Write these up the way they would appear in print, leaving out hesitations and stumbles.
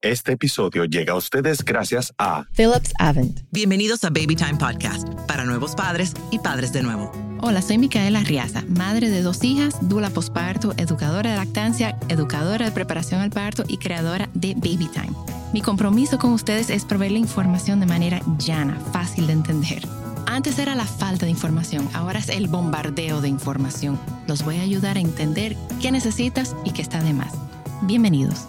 Este episodio llega a ustedes gracias a Philips Avent. Bienvenidos a Baby Time Podcast, para nuevos padres y padres de nuevo. Hola, soy Micaela Riaza, madre de 2 hijas, dula posparto, educadora de lactancia, educadora de preparación al parto y creadora de Baby Time. Mi compromiso con ustedes es proveer la información de manera llana, fácil de entender. Antes era la falta de información, ahora es el bombardeo de información. Los voy a ayudar a entender qué necesitas y qué está de más. Bienvenidos.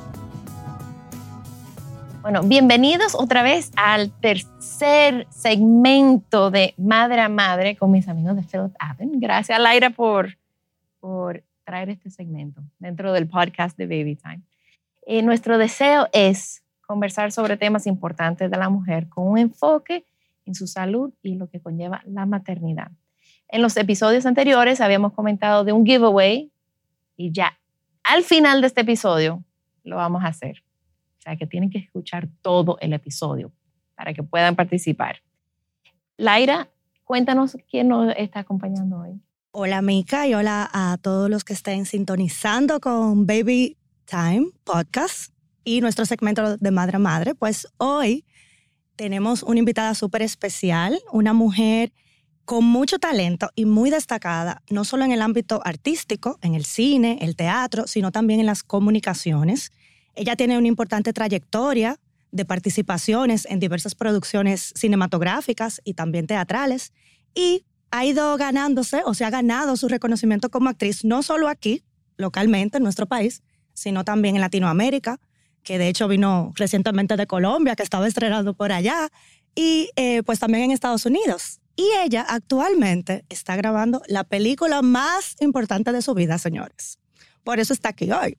Bueno, bienvenidos otra vez al tercer segmento de Madre a Madre con mis amigos de Philips Avent. Gracias, Laira, por traer este segmento dentro del podcast de Baby Time. Nuestro deseo es conversar sobre temas importantes de la mujer con un enfoque en su salud y lo que conlleva la maternidad. En los episodios anteriores habíamos comentado de un giveaway y ya al final de este episodio lo vamos a hacer. O sea, que tienen que escuchar todo el episodio para que puedan participar. Laira, cuéntanos quién nos está acompañando hoy. Hola, Mica, y hola a todos los que estén sintonizando con Baby Time Podcast y nuestro segmento de Madre a Madre. Pues hoy tenemos una invitada súper especial, una mujer con mucho talento y muy destacada, no solo en el ámbito artístico, en el cine, el teatro, sino también en las comunicaciones. Ella tiene una importante trayectoria de participaciones en diversas producciones cinematográficas y también teatrales y ha ido ganándose o se ha ganado su reconocimiento como actriz no solo aquí, localmente en nuestro país, sino también en Latinoamérica, que de hecho vino recientemente de Colombia, que estaba estrenando por allá, y pues también en Estados Unidos. Y ella actualmente está grabando la película más importante de su vida, señores. Por eso está aquí hoy.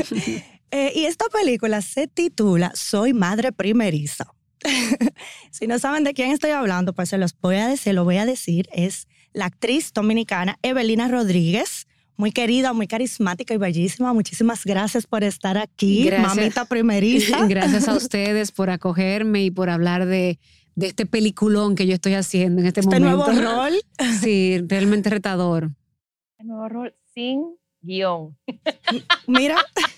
Y esta película se titula Soy Madre Primeriza. Si no saben de quién estoy hablando, pues se lo voy a decir. Es la actriz dominicana Evelina Rodríguez, muy querida, muy carismática y bellísima. Muchísimas gracias por estar aquí, mamita primeriza. Gracias a ustedes por acogerme y por hablar de este peliculón que yo estoy haciendo en este momento. Nuevo rol. Sí, realmente retador. El nuevo rol sin guión. Mira.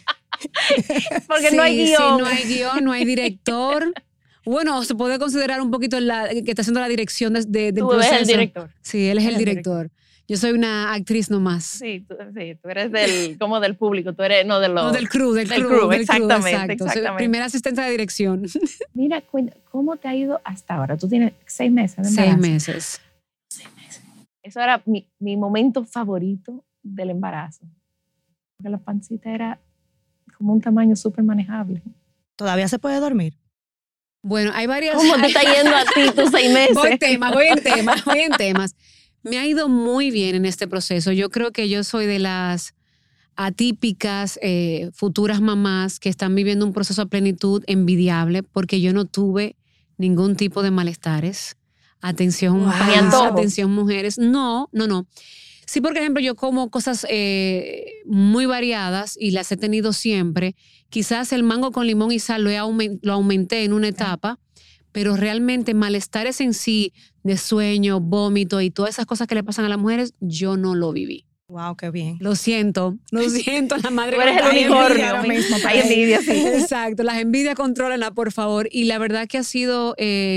Porque sí, no hay guión. Sí, no hay guión, no hay director. Bueno, se puede considerar un poquito que está haciendo la dirección del Tú proceso. eres el director. Sí, él es el director. Yo soy una actriz nomás. Sí, tú eres como del público, tú eres, no del crew. Exactamente. Soy primera asistente de dirección. Mira, ¿cómo te ha ido hasta ahora? Tú tienes 6 meses de embarazo. 6 meses. 6 meses. Eso era mi momento favorito del embarazo. Porque la pancita era como un tamaño súper manejable. ¿Todavía se puede dormir? Bueno, hay varias... ¿Cómo te está yendo a ti tus 6 meses? Voy en temas. Me ha ido muy bien en este proceso. Yo creo que yo soy de las atípicas futuras mamás que están viviendo un proceso a plenitud envidiable porque yo no tuve ningún tipo de malestares. Atención, atención mujeres. No. Sí, por ejemplo, yo como cosas muy variadas y las he tenido siempre. Quizás el mango con limón y sal lo aumenté en una etapa, pero realmente malestares en sí, de sueño, vómito y todas esas cosas que le pasan a las mujeres, yo no lo viví. Wow, qué bien. Lo siento, la madre. Tú eres el unicornio ahora mismo. Hay envidia, sí. Exacto, las envidias contrólenla, por favor. Y la verdad que ha sido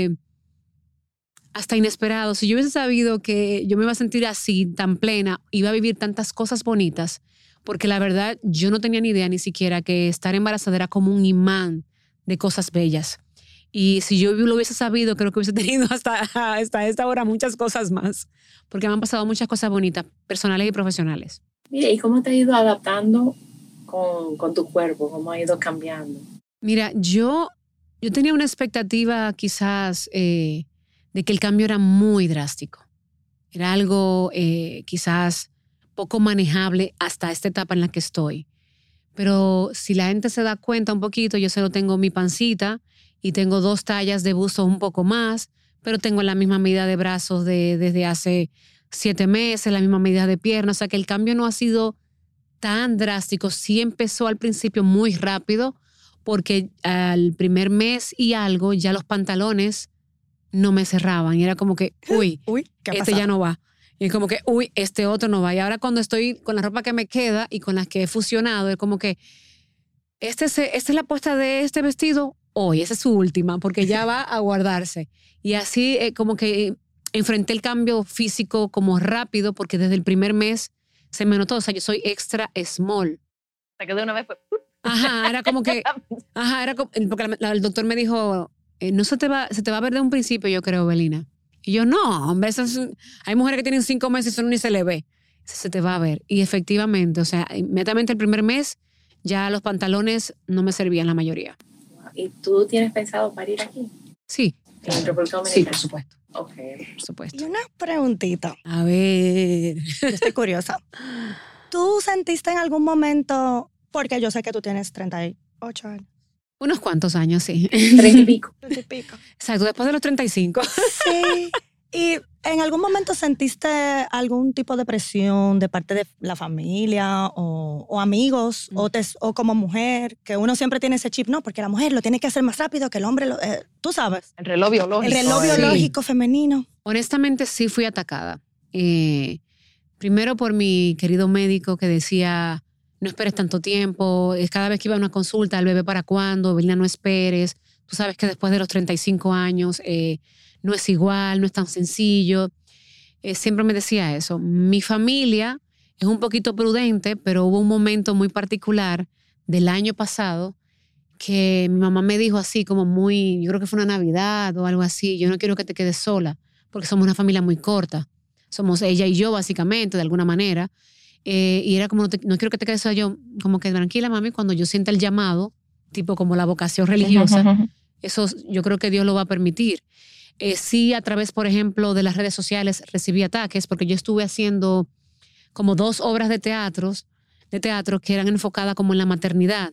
hasta inesperado. Si yo hubiese sabido que yo me iba a sentir así, tan plena, iba a vivir tantas cosas bonitas, porque la verdad yo no tenía ni idea ni siquiera que estar embarazada era como un imán de cosas bellas. Y si yo lo hubiese sabido, creo que hubiese tenido hasta esta hora muchas cosas más, porque me han pasado muchas cosas bonitas, personales y profesionales. Mira, ¿y cómo te ha ido adaptando con tu cuerpo? ¿Cómo ha ido cambiando? Mira, yo tenía una expectativa quizás de que el cambio era muy drástico. Era algo quizás poco manejable hasta esta etapa en la que estoy. Pero si la gente se da cuenta un poquito, yo solo tengo mi pancita y tengo 2 tallas de busto un poco más, pero tengo la misma medida de brazos desde hace 7 meses, la misma medida de piernas. O sea que el cambio no ha sido tan drástico. Sí empezó al principio muy rápido, porque al primer mes y algo ya los pantalones no me cerraban. Y era como que, uy, este ya no va. Y es como que, uy, este otro no va. Y ahora cuando estoy con la ropa que me queda y con las que he fusionado, es como que esta es la puesta de este vestido hoy, esa es su última, porque ya va a guardarse. Y así como que enfrenté el cambio físico como rápido, porque desde el primer mes se me notó, o sea, yo soy extra small. O sea, que de una vez fue... Ajá, era como que, porque el doctor me dijo, no se te va a ver de un principio, yo creo, Belina. Y yo, no, hombre, hay mujeres que tienen 5 meses y eso ni se le ve. Se te va a ver. Y efectivamente, o sea, inmediatamente el primer mes, ya los pantalones no me servían la mayoría. ¿Y tú tienes pensado parir aquí? Sí. ¿En República Dominicana? Sí, por supuesto. Ok. Por supuesto. Y una preguntita. A ver. Yo estoy curiosa. ¿Tú sentiste en algún momento, porque yo sé que tú tienes 38 años? Unos cuantos años, sí. 30 y pico. 30 y pico. Exacto, después de los 35. Sí. ¿Y en algún momento sentiste algún tipo de presión de parte de la familia o amigos o como mujer? Que uno siempre tiene ese chip, no, porque la mujer lo tiene que hacer más rápido que el hombre. Tú sabes. El reloj biológico. El reloj biológico femenino. Honestamente, sí fui atacada. Primero por mi querido médico que decía, no esperes tanto tiempo. Cada vez que iba a una consulta, el bebé para cuándo, Belina, no esperes. Tú sabes que después de los 35 años no es igual, no es tan sencillo. Siempre me decía eso. Mi familia es un poquito prudente, pero hubo un momento muy particular del año pasado que mi mamá me dijo así como muy, yo creo que fue una Navidad o algo así, yo no quiero que te quedes sola, porque somos una familia muy corta. Somos ella y yo básicamente, de alguna manera. Y era como, no quiero que te quedes sola. Yo, como que tranquila, mami, cuando yo sienta el llamado, tipo como la vocación religiosa, eso yo creo que Dios lo va a permitir. Sí, a través, por ejemplo, de las redes sociales recibí ataques porque yo estuve haciendo como 2 obras de teatro que eran enfocadas como en la maternidad.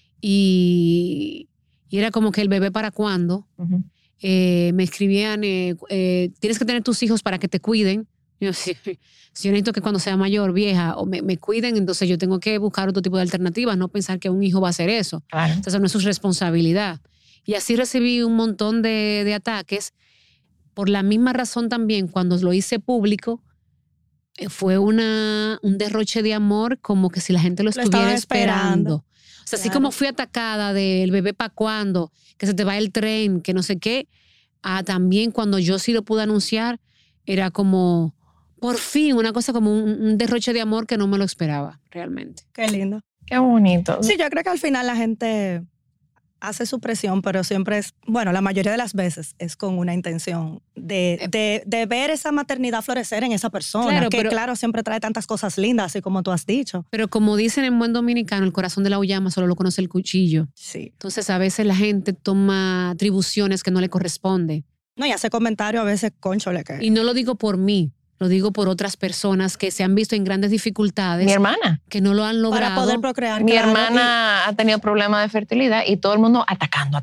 Y era como que el bebé para cuándo. Me escribían, tienes que tener tus hijos para que te cuiden. Yo, si yo necesito que cuando sea mayor, vieja, o me cuiden, entonces yo tengo que buscar otro tipo de alternativas, no pensar que un hijo va a hacer eso. Claro. Entonces no es su responsabilidad. Y así recibí un montón de ataques. Por la misma razón también, cuando lo hice público, fue un derroche de amor como que si la gente lo estuviera esperando. O sea, así como fui atacada del bebé para cuándo, que se te va el tren, que no sé qué, también cuando yo sí lo pude anunciar, era como, por fin, una cosa como un derroche de amor que no me lo esperaba, realmente. Qué lindo. Qué bonito. Sí, yo creo que al final la gente hace su presión, pero siempre es, bueno, la mayoría de las veces es con una intención de ver esa maternidad florecer en esa persona, claro, que pero, claro, siempre trae tantas cosas lindas, así como tú has dicho. Pero como dicen en buen dominicano, el corazón de la uyama solo lo conoce el cuchillo. Sí. Entonces a veces la gente toma atribuciones que no le corresponden. No, y hace comentarios a veces, cónchole, que... Y no lo digo por mí, lo digo por otras personas que se han visto en grandes dificultades. Mi hermana. Que no lo han logrado. Para poder procrear. Mi hermana ha tenido problemas de fertilidad y todo el mundo atacando.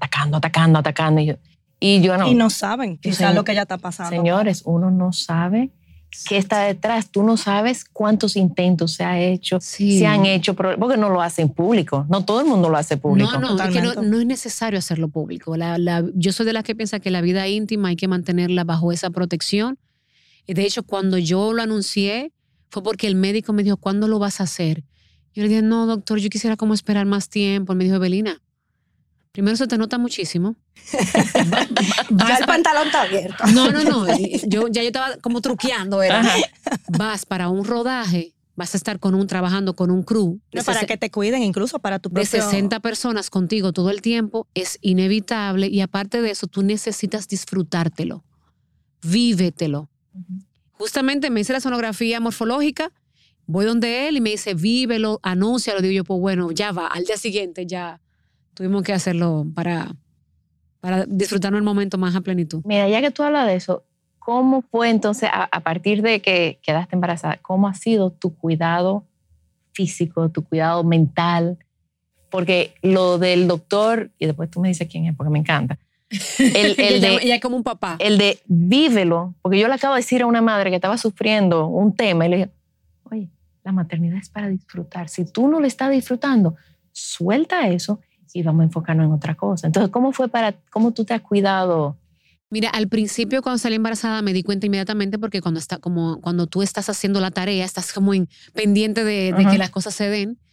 Y yo no. Y no saben quizás lo que ella está pasando. Señores, uno no sabe qué está detrás. Tú no sabes cuántos intentos se han hecho, porque no lo hacen público. No todo el mundo lo hace público. No, es que no es necesario hacerlo público. Yo soy de las que piensa que la vida íntima hay que mantenerla bajo esa protección. De hecho, cuando yo lo anuncié, fue porque el médico me dijo, ¿cuándo lo vas a hacer? Yo le dije, no, doctor, yo quisiera como esperar más tiempo. Él me dijo, Belina, primero se te nota muchísimo. Ya el pantalón está abierto. No. Yo estaba como truqueando. Vas para un rodaje, vas a estar trabajando con un crew. Para que te cuiden, incluso para tu propio... De 60 personas contigo todo el tiempo, es inevitable. Y aparte de eso, tú necesitas disfrutártelo. Vívetelo. Justamente me hice la sonografía morfológica, voy donde él y me dice, vívelo, anúncialo. Digo yo, pues bueno, ya va. Al día siguiente ya tuvimos que hacerlo para disfrutarnos el momento más a plenitud. Mira, ya que tú hablas de eso, ¿cómo fue entonces, a partir de que quedaste embarazada, cómo ha sido tu cuidado físico, tu cuidado mental? Porque lo del doctor, y después tú me dices quién es, porque me encanta. Ella es como un papá. El de vívelo, porque yo le acabo de decir a una madre que estaba sufriendo un tema y le dije, oye, la maternidad es para disfrutar. Si tú no le estás disfrutando, suelta eso y vamos a enfocarnos en otra cosa. Entonces, ¿cómo tú te has cuidado? Mira, al principio cuando salí embarazada me di cuenta inmediatamente porque cuando tú estás haciendo la tarea, estás como pendiente de que las cosas se den.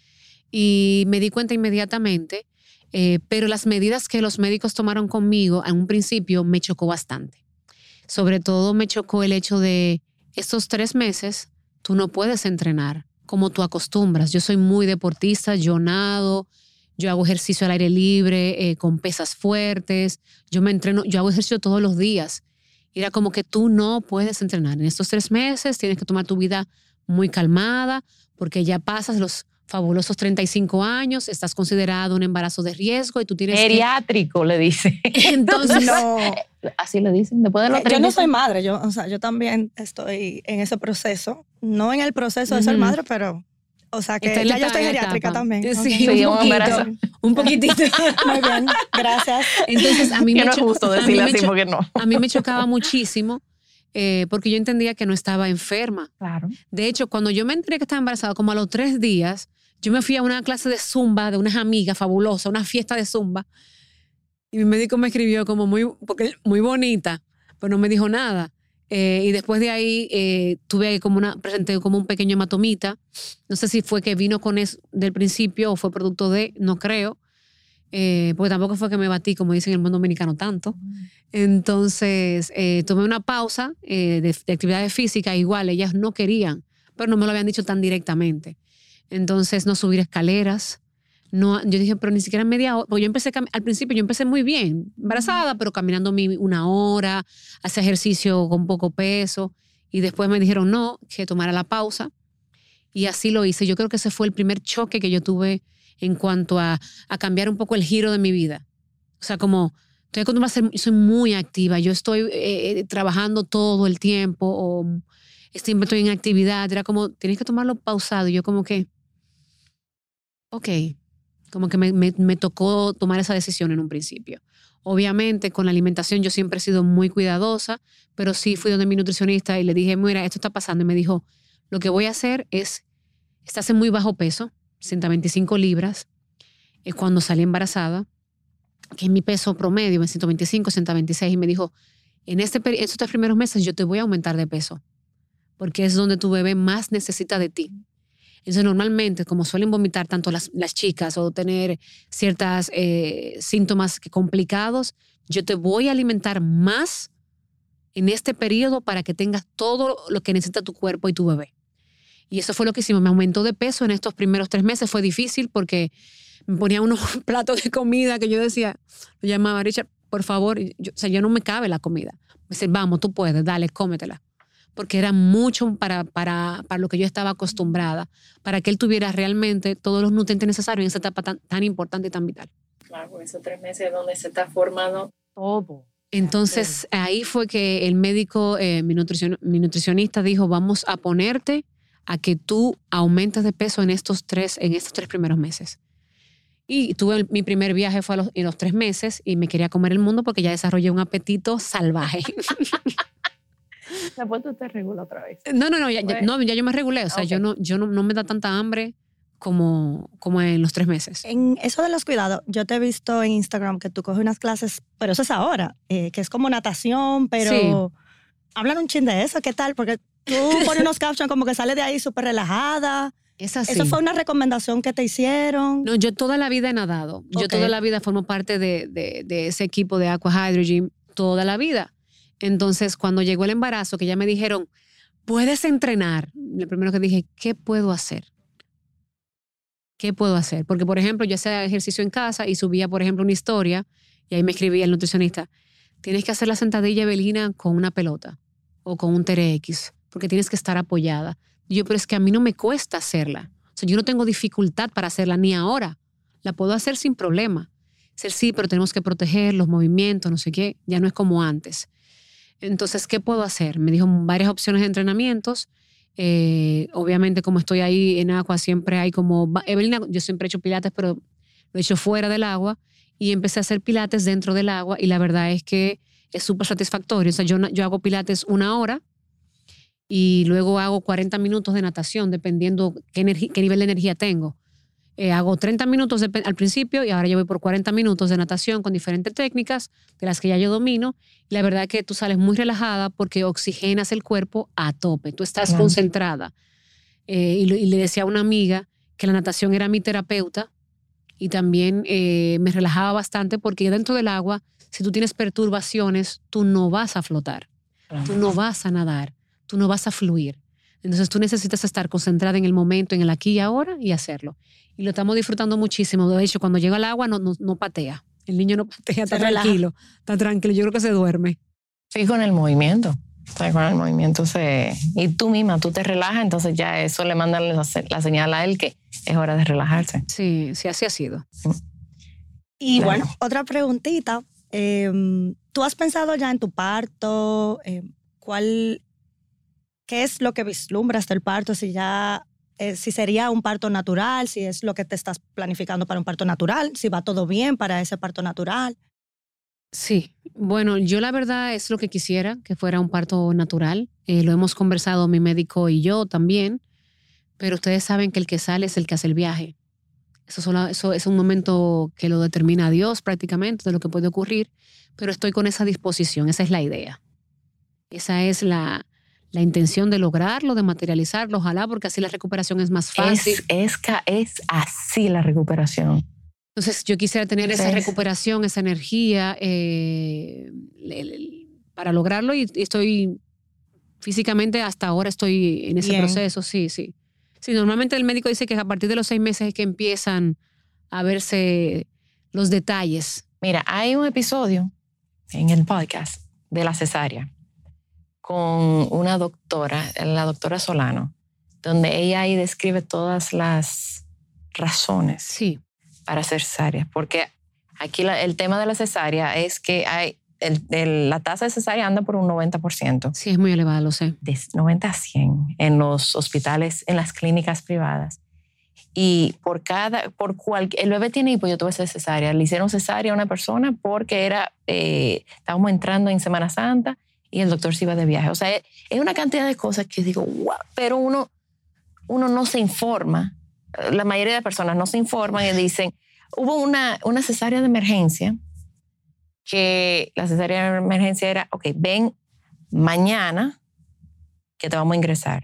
Y me di cuenta inmediatamente, pero las medidas que los médicos tomaron conmigo en un principio me chocó bastante. Sobre todo me chocó el hecho de estos 3 meses tú no puedes entrenar como tú acostumbras. Yo soy muy deportista, yo nado, yo hago ejercicio al aire libre, con pesas fuertes, yo me entreno, yo hago ejercicio todos los días. Y era como que tú no puedes entrenar. En estos 3 meses tienes que tomar tu vida muy calmada porque ya pasas los fabulosos 35 años, estás considerado un embarazo de riesgo y tú tienes Geriátrico, le dice. Entonces, No. Así le dicen, después de los Yo no 35. soy madre, yo también estoy en ese proceso. No en el proceso de ser madre, pero, o sea, que está en ya la yo estoy etapa. geriátrica también. Sí, Ok. Sí, un un poquito. embarazo. Un poquitito. Muy bien, gracias. Entonces, a mí Que me no es justo decirle así porque no. a mí me chocaba muchísimo porque yo entendía que no estaba enferma. Claro. De hecho, cuando yo me enteré que estaba embarazada, como a los 3 días, yo me fui a una clase de zumba de unas amigas fabulosas, una fiesta de zumba, y mi médico me escribió como porque muy bonita, pero no me dijo nada. Y después de ahí presenté como un pequeño hematomita. No sé si fue que vino con eso del principio o fue producto de, no creo, porque tampoco fue que me batí, como dicen en el mundo dominicano, tanto. Entonces, tomé una pausa de actividades físicas, igual, ellas no querían, pero no me lo habían dicho tan directamente. Entonces, no subir escaleras. No, yo dije, pero ni siquiera media hora. Porque al principio yo empecé muy bien, embarazada, pero caminando 1 hora, hacía ejercicio con poco peso. Y después me dijeron no, que tomara la pausa. Y así lo hice. Yo creo que ese fue el primer choque que yo tuve en cuanto a cambiar un poco el giro de mi vida. O sea, como estoy acostumbrada a soy muy activa. Yo estoy trabajando todo el tiempo o siempre estoy en actividad. Era como, tienes que tomarlo pausado. Y yo como que, ok, como que me tocó tomar esa decisión en un principio. Obviamente, con la alimentación yo siempre he sido muy cuidadosa, pero sí fui donde mi nutricionista y le dije, mira, esto está pasando. Y me dijo, lo que voy a hacer estás en muy bajo peso, 125 libras, es cuando salí embarazada, que es mi peso promedio, 125, 126. Y me dijo, en estos 3 primeros meses yo te voy a aumentar de peso, porque es donde tu bebé más necesita de ti. Entonces, normalmente, como suelen vomitar tanto las chicas o tener ciertos síntomas complicados, yo te voy a alimentar más en este periodo para que tengas todo lo que necesita tu cuerpo y tu bebé. Y eso fue lo que hicimos. Me aumentó de peso en estos primeros 3 meses. Fue difícil porque me ponía unos platos de comida que yo decía, lo llamaba, Richard, por favor, ya no me cabe la comida. Me dice, vamos, tú puedes, dale, cómetela. Porque era mucho para lo que yo estaba acostumbrada, para que él tuviera realmente todos los nutrientes necesarios en esa etapa tan importante y tan vital. Claro, esos 3 meses donde se está formando todo. Entonces, ahí fue que el médico, mi nutricionista dijo, vamos a ponerte a que tú aumentes de peso en estos 3 primeros meses. Y mi primer viaje fue en los 3 meses y me quería comer el mundo porque ya desarrollé un apetito salvaje. Después tú te regulas otra vez. No, ya yo me regulé. O sea, Okay. yo no me da tanta hambre como en los 3 meses. En eso de los cuidados, yo te he visto en Instagram que tú coges unas clases, pero eso es ahora, que es como natación, pero hablan un chin de eso, ¿qué tal? Porque tú pones unos captions como que sales de ahí súper relajada. Es así. ¿Eso fue una recomendación que te hicieron? No, yo toda la vida he nadado. Yo Ok. toda la vida formo parte de ese equipo de Aqua Hydrogen, toda la vida. Entonces, cuando llegó el embarazo, que ya me dijeron, puedes entrenar, lo primero que dije, ¿qué puedo hacer? ¿Qué puedo hacer? Porque, por ejemplo, yo hacía ejercicio en casa y subía, por ejemplo, una historia y ahí me escribía el nutricionista, tienes que hacer la sentadilla Evelina con una pelota o con un TRX porque tienes que estar apoyada. Y yo, pero es que a mí no me cuesta hacerla. O sea, yo no tengo dificultad para hacerla ni ahora. La puedo hacer sin problema. Sí, pero tenemos que proteger los movimientos, no sé qué. Ya no es como antes. Entonces, ¿qué puedo hacer? Me dijo varias opciones de entrenamientos. Obviamente, como estoy ahí en Aqua, siempre hay como... Evelina, yo siempre he hecho pilates, pero lo he hecho fuera del agua. Y empecé a hacer pilates dentro del agua. Y la verdad es que es súper satisfactorio. O sea, yo hago pilates 1 hora y luego hago 40 minutos de natación, dependiendo qué nivel de energía tengo. Hago 30 minutos al principio y ahora yo voy por 40 minutos de natación con diferentes técnicas de las que ya yo domino. Y la verdad es que tú sales muy relajada porque oxigenas el cuerpo a tope. Tú estás concentrada. Y le decía a una amiga que la natación era mi terapeuta y también me relajaba bastante porque dentro del agua, si tú tienes perturbaciones, tú no vas a flotar, tú no vas a nadar, tú no vas a fluir. Entonces tú necesitas estar concentrada en el momento, en el aquí y ahora y hacerlo. Y lo estamos disfrutando muchísimo. De hecho, cuando llega al agua no patea. El niño no patea, está tranquilo. Está tranquilo. Yo creo que se duerme. Sí, con el movimiento. O sea, con el movimiento y tú misma, tú te relajas, entonces ya eso le manda la señal a él que es hora de relajarse. Sí, así ha sido. Y bueno, otra preguntita. ¿Tú has pensado ya en tu parto? ¿Qué es lo que vislumbras del parto? Si sería un parto natural, si es lo que te estás planificando para un parto natural, si va todo bien para ese parto natural. Sí, bueno, yo la verdad es lo que quisiera, que fuera un parto natural. Lo hemos conversado mi médico y yo también, pero ustedes saben que el que sale es el que hace el viaje. Eso es un momento que lo determina Dios prácticamente de lo que puede ocurrir, pero estoy con esa disposición, esa es la idea. Esa es la intención de lograrlo, de materializarlo, ojalá, porque así la recuperación es más fácil. Es así la recuperación. Entonces yo quisiera tener esa recuperación, esa energía para lograrlo y estoy físicamente hasta ahora estoy en ese proceso, sí. Sí, normalmente el médico dice que a partir de los 6 meses es que empiezan a verse los detalles. Mira, hay un episodio en el podcast de la cesárea con una doctora, la doctora Solano, donde ella ahí describe todas las razones para hacer cesárea. Porque aquí el tema de la cesárea es que la tasa de cesárea anda por un 90%. Sí, es muy elevada, lo sé. De 90 a 100 en los hospitales, en las clínicas privadas. Y el bebé tiene hipo, yo tuve cesárea. Le hicieron cesárea a una persona porque estábamos entrando en Semana Santa y el doctor se iba de viaje. O sea, es una cantidad de cosas que digo, wow, pero uno no se informa. La mayoría de personas no se informan y dicen, hubo una cesárea de emergencia, que la cesárea de emergencia era, ok, ven mañana que te vamos a ingresar.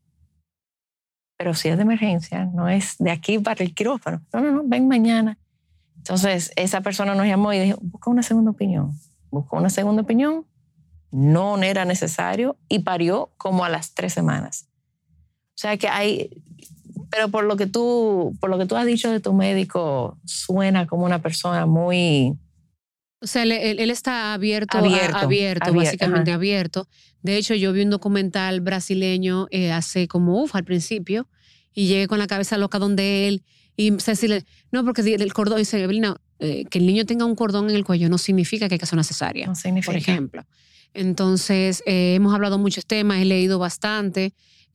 Pero si es de emergencia, no es de aquí para el quirófano. No, ven mañana. Entonces, esa persona nos llamó y dijo, busca una segunda opinión. Buscó una segunda opinión, no era necesario y parió como a las 3 semanas. O sea que pero por lo que tú has dicho de tu médico, suena como una persona muy... O sea, él está abierto, básicamente abierto. De hecho, yo vi un documental brasileño al principio, y llegué con la cabeza loca donde él, y decirle, no, porque el cordón, dice Evelina, que el niño tenga un cordón en el cuello no significa que hay que hacer una cesárea, no significa. Por ejemplo. Entonces, hemos hablado muchos temas, he leído bastante.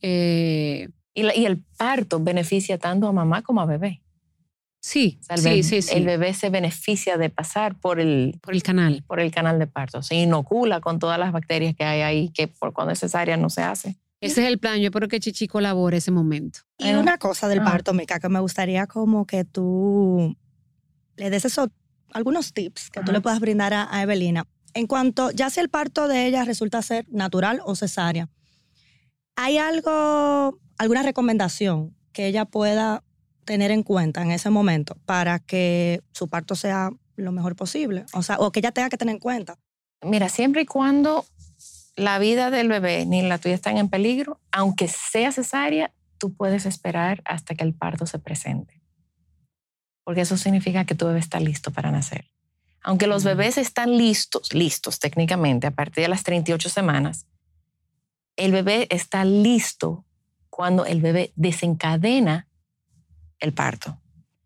Y el parto beneficia tanto a mamá como a bebé. Sí, o sea, el bebé se beneficia de pasar por el canal de parto. Se inocula con todas las bacterias que hay ahí, que por cuando es cesárea no se hace. Ese es el plan. Yo espero que Chichi colabore ese momento. Y una cosa del parto, Mica, que me gustaría como que tú le des algunos tips que tú le puedas brindar a Evelina. En cuanto, ya si el parto de ella resulta ser natural o cesárea, ¿hay alguna recomendación que ella pueda tener en cuenta en ese momento para que su parto sea lo mejor posible? O sea, o que ella tenga que tener en cuenta. Mira, siempre y cuando la vida del bebé ni la tuya están en peligro, aunque sea cesárea, tú puedes esperar hasta que el parto se presente. Porque eso significa que tu bebé está listo para nacer. Aunque los bebés están listos técnicamente a partir de las 38 semanas, el bebé está listo cuando el bebé desencadena el parto.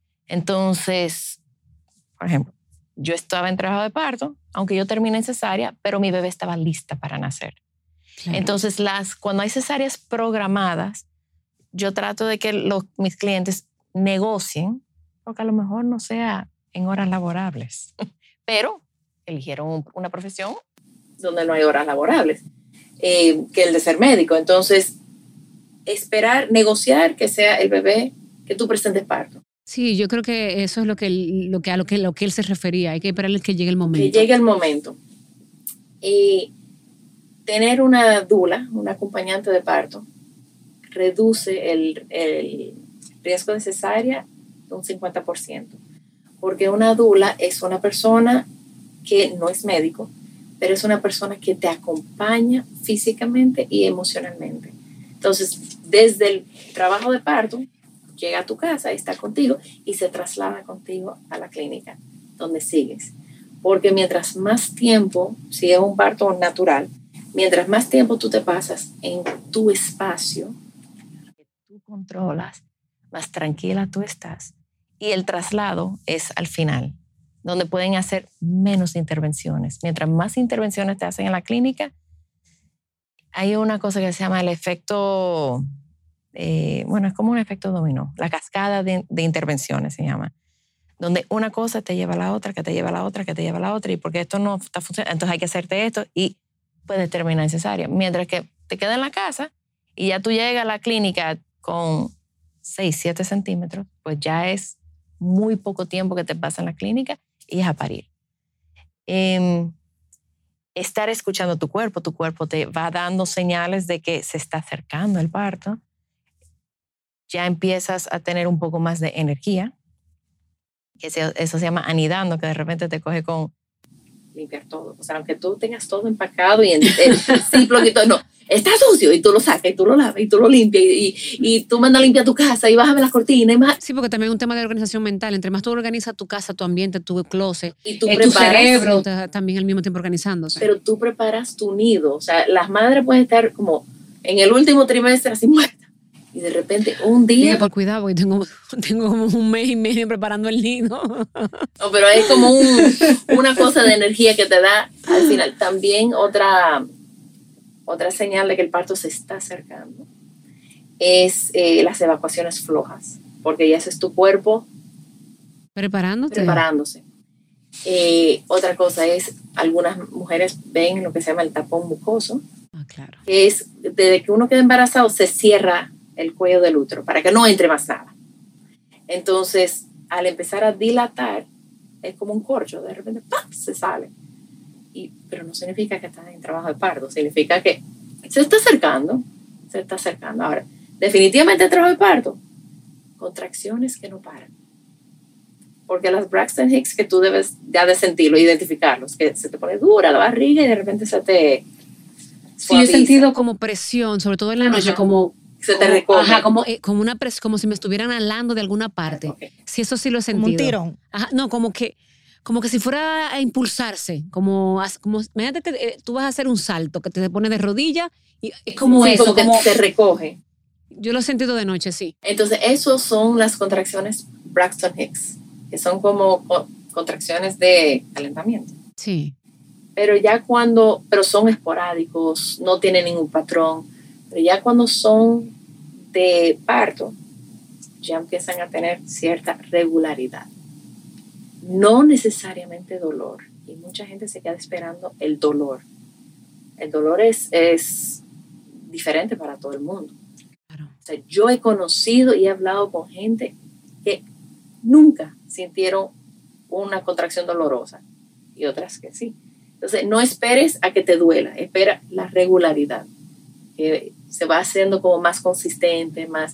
Entonces, por ejemplo, yo estaba en trabajo de parto, aunque yo terminé en cesárea, pero mi bebé estaba lista para nacer. Claro. Entonces, cuando hay cesáreas programadas, yo trato de que mis clientes negocien, porque a lo mejor no sea en horas laborables, pero eligieron una profesión donde no hay horas laborables, que el de ser médico. Entonces, negociar que sea el bebé que tú presentes parto. Sí, yo creo que eso es lo que él se refería. Hay que esperar que llegue el momento. Que llegue el momento. Y tener una dula, una acompañante de parto, reduce riesgo de cesárea de un 50%. Porque una dula es una persona que no es médico, pero es una persona que te acompaña físicamente y emocionalmente. Entonces, desde el trabajo de parto, llega a tu casa, está contigo y se traslada contigo a la clínica donde sigues. Porque mientras más tiempo, si es un parto natural, mientras más tiempo tú te pasas en tu espacio, que tú controlas, más tranquila tú estás. Y el traslado es al final, donde pueden hacer menos intervenciones. Mientras más intervenciones te hacen en la clínica, hay una cosa que se llama el efecto, es como un efecto dominó, la cascada de intervenciones se llama, donde una cosa te lleva a la otra, que te lleva a la otra, que te lleva a la otra, y porque esto no está funcionando, entonces hay que hacerte esto y puedes terminar en cesárea. Mientras que te quedas en la casa y ya tú llegas a la clínica con 6, 7 centímetros, pues ya es muy poco tiempo que te pasa en la clínica y es a parir. Estar escuchando tu cuerpo te va dando señales de que se está acercando el parto. Ya empiezas a tener un poco más de energía, que eso se llama anidando, que de repente te coge con limpiar todo. O sea, aunque tú tengas todo empacado y en Ziploc y todo, no, está sucio y tú lo sacas y tú lo lavas y tú lo limpias y tú mandas a limpiar tu casa y vas a ver las cortinas y más. Sí, porque también es un tema de organización mental. Entre más tú organizas tu casa, tu ambiente, tu closet, y tú tu cerebro también al mismo tiempo organizándose. Pero tú preparas tu nido. O sea, las madres pueden estar como en el último trimestre así muertas. Y de repente un día... Por cuidado, porque tengo como 1 mes y medio preparando el nido. No, pero es como una cosa de energía que te da al final. También otra señal de que el parto se está acercando es las evacuaciones flojas, porque ya ese es tu cuerpo preparándose. Otra cosa es, algunas mujeres ven lo que se llama el tapón mucoso, claro. Que es desde que uno queda embarazado se cierra el cuello del útero para que no entre más nada. Entonces, al empezar a dilatar, es como un corcho, de repente ¡pam!, se sale. Pero no significa que estás en trabajo de parto, significa que se está acercando. Ahora, definitivamente el trabajo de parto, contracciones que no paran. Porque las Braxton Hicks que tú debes ya de sentirlo, identificarlos, que se te pone dura la barriga y de repente se te suaviza. Sí, he sentido como presión, sobre todo en la noche, como se te recoge. Ajá, como una presión, como si me estuvieran alando de alguna parte. Okay. Sí, eso sí lo he sentido. Como un tirón. Ajá, no, como que si fuera a impulsarse, como imagínate que tú vas a hacer un salto, que te pone de rodilla y es como sí, eso. Como que te recoge. Yo lo he sentido de noche, sí. Entonces, esos son las contracciones Braxton Hicks, que son como contracciones de calentamiento. Sí. Pero son esporádicos, no tienen ningún patrón. Pero ya cuando son de parto, ya empiezan a tener cierta regularidad. No necesariamente dolor. Y mucha gente se queda esperando el dolor. El dolor es diferente para todo el mundo. Claro. O sea, yo he conocido y he hablado con gente que nunca sintieron una contracción dolorosa y otras que sí. Entonces, no esperes a que te duela, espera la regularidad, que se va haciendo como más consistente, más...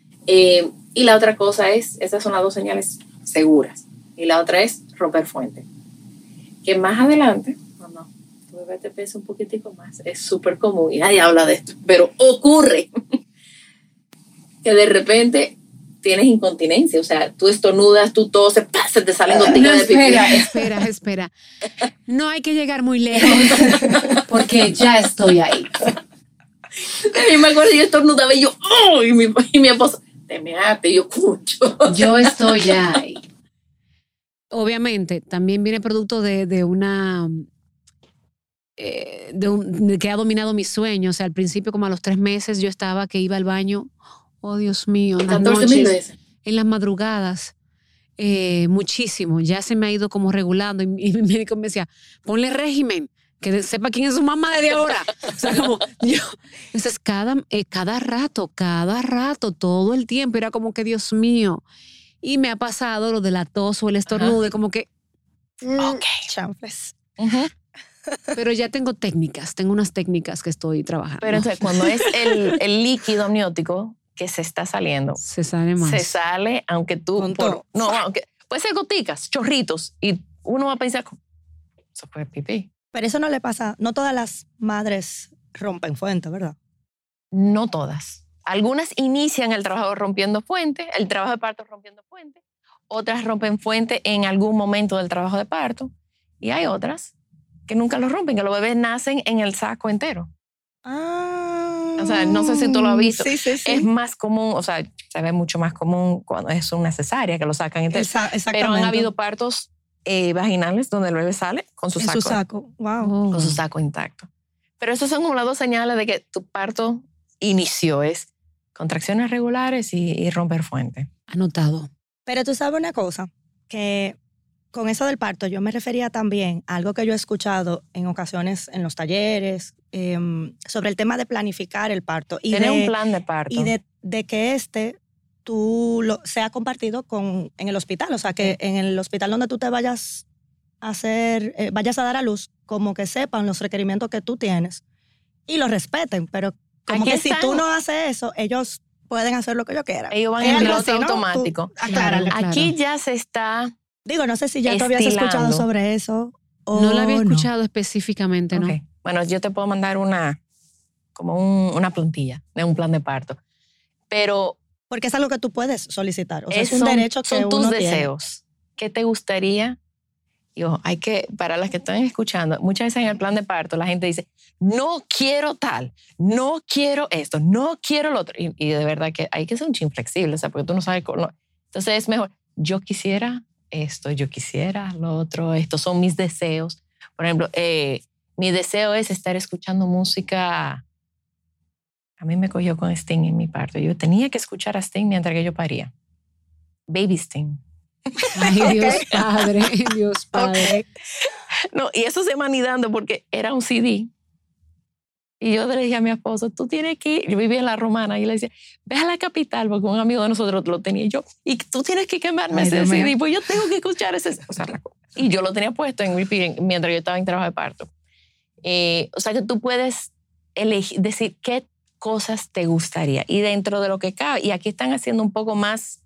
y la otra cosa es, esas son las 2 señales seguras, y la otra es romper fuente, que más adelante, cuando tu bebé te pesa un poquitico más, es súper común, y nadie habla de esto, pero ocurre que de repente tienes incontinencia, o sea, tú estornudas, tú toses, se te salen gotitas de pipí. Espera. No hay que llegar muy lejos, porque ya estoy ahí. Yo me acuerdo, yo estornudaba y yo, ¡oh! Y mi esposo, te measte, y yo, cucho. Yo estoy ya ahí. Obviamente, también viene producto de que ha dominado mi sueño. O sea, al principio, como a los 3 meses, yo estaba que iba al baño, oh Dios mío, en las noches, en las madrugadas, muchísimo. Ya se me ha ido como regulando y mi médico me decía, ponle régimen, que sepa quién es su mamá desde ahora. O sea, como yo, entonces cada rato, todo el tiempo, era como que Dios mío. Y me ha pasado lo de la tos o el estornudo, como que, chanfles. Pero ya tengo unas técnicas que estoy trabajando. Pero entonces, cuando es el líquido amniótico, que se está saliendo, Se sale más. se sale, aunque tú... Con todo. aunque puede ser goticas, chorritos, y uno va a pensar, eso fue pipí. Pero eso no le pasa, no todas las madres rompen fuente, ¿verdad? No todas. Algunas inician el trabajo rompiendo fuente, el trabajo de parto rompiendo fuente, otras rompen fuente en algún momento del trabajo de parto, y hay otras que nunca lo rompen, que los bebés nacen en el saco entero. O sea, no sé si tú lo has visto. Sí. Es más común, o sea, se ve mucho más común cuando es una cesárea que lo sacan entero. Exactamente. Pero han habido partos vaginales donde el bebé sale con su en saco. su saco. Wow. Oh. Con su saco intacto. Pero esas son como las dos señales de que tu parto inició, es contracciones regulares y romper fuente. Anotado. Pero tú sabes una cosa, que con eso del parto yo me refería también a algo que yo he escuchado en ocasiones en los talleres, sobre el tema de planificar el parto. Y Tener de, un plan de parto. Y de que tú sea compartido en el hospital. O sea, que en el hospital donde tú te vayas a vayas a dar a luz, como que sepan los requerimientos que tú tienes y los respeten. Pero como Aquí que están. si tú no haces eso, ellos pueden hacer lo que ellos quieran. Ellos van Es en algo piloto así, ¿no? automático. Tú aclárale. Claro. Aquí ya se está... Digo, no sé si ya tú habías Estilando. escuchado sobre eso o No la había escuchado específicamente, ¿no? Ok. Bueno, yo te puedo mandar una plantilla de un plan de parto. Pero Porque es algo que tú puedes solicitar. O sea, es un derecho que son tus uno deseos. ¿Qué te gustaría? Y ojo, para las que están escuchando, muchas veces en el plan de parto la gente dice, no quiero tal, no quiero esto, no quiero lo otro. Y de verdad que hay que ser un chin flexible, o sea, porque tú no sabes cómo. Entonces es mejor, yo quisiera esto, yo quisiera lo otro, estos son mis deseos. Por ejemplo, mi deseo es estar escuchando música. A mí me cogió con Sting en mi parto. Yo tenía que escuchar a Sting mientras que yo paría. Baby Sting. Ay, Dios Padre, Dios Padre. Ok. No, y eso se manidando porque era un CD. Y yo le dije a mi esposo, tú tienes que ir. Yo vivía en La Romana y le decía, ve a la capital porque un amigo de nosotros lo tenía y yo. Y tú tienes que quemarme Ay, ese Dios mío. CD. Pues yo tengo que escuchar ese. O sea, y yo lo tenía puesto en repeat mientras yo estaba en trabajo de parto. O sea que tú puedes elegir, decir qué cosas te gustaría. Y dentro de lo que cabe. Y aquí están haciendo un poco más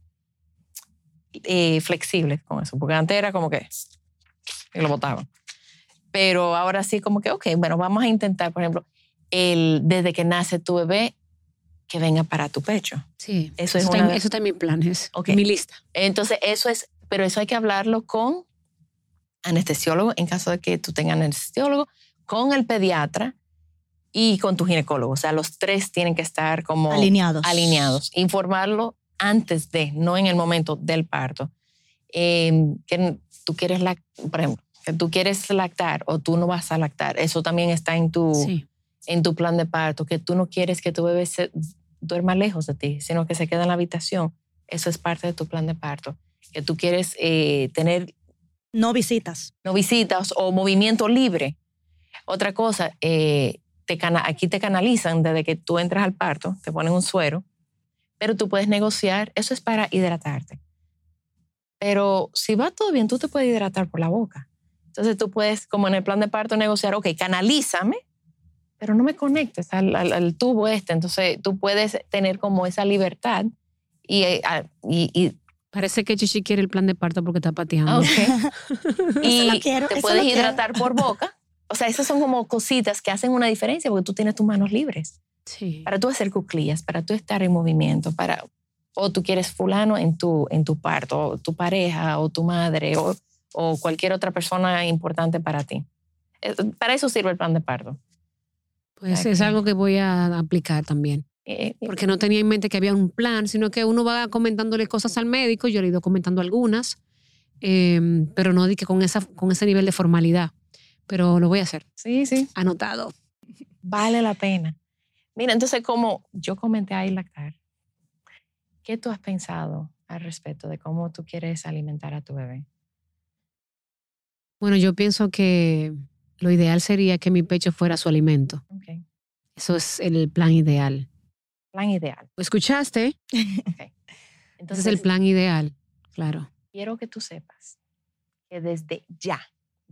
flexibles con eso. Porque antes era como que y lo botaban. Pero ahora sí como que, ok, bueno, vamos a intentar, por ejemplo, desde que nace tu bebé, que venga para tu pecho. Sí, Eso es está, una de- eso está en mis planes, Ok. en mi lista. Entonces, pero eso hay que hablarlo con anestesiólogo, en caso de que tú tengas anestesiólogo, con el pediatra y con tu ginecólogo. O sea, los tres tienen que estar como Alineados. Informarlo antes de, no en el momento del parto. Que tú quieres, por ejemplo, que tú quieres lactar o tú no vas a lactar. Eso también está en Sí. tu plan de parto, que tú no quieres que tu bebé duerma lejos de ti, sino que se quede en la habitación. Eso es parte de tu plan de parto. Que tú quieres tener No visitas. no visitas o movimiento libre. Otra cosa, aquí te canalizan desde que tú entras al parto, te ponen un suero, pero tú puedes negociar, eso es para hidratarte. Pero si va todo bien, tú te puedes hidratar por la boca. Entonces tú puedes, como en el plan de parto, negociar, ok, canalízame, pero no me conectes al tubo este. Entonces tú puedes tener como esa libertad y Parece que Chichi quiere el plan de parto porque está pateando. ok. Eso lo Y quiero, te eso puedes lo quiero. hidratar por boca. O sea, esas son como cositas que hacen una diferencia porque tú tienes tus manos libres. Sí. Para tú hacer cuclillas, para tú estar en movimiento, o tú quieres fulano en tu parto, o tu pareja, o tu madre, o cualquier otra persona importante para ti. Para eso sirve el plan de parto. Pues Aquí. es algo que voy a aplicar también. Porque no tenía en mente que había un plan, sino que uno va comentándole cosas al médico. Yo le he ido comentando algunas, pero no di que con ese nivel de formalidad. Pero lo voy a hacer. Sí, sí. Anotado. Vale la pena. Mira, entonces, como yo comenté ahí lactar, ¿qué tú has pensado al respecto de cómo tú quieres alimentar a tu bebé? Bueno, yo pienso que lo ideal sería que mi pecho fuera su alimento. Ok. Eso es el plan ideal. Plan ideal. ¿Lo escuchaste? Ok. Ese Entonces, es el plan ideal, claro. quiero que tú sepas que desde ya,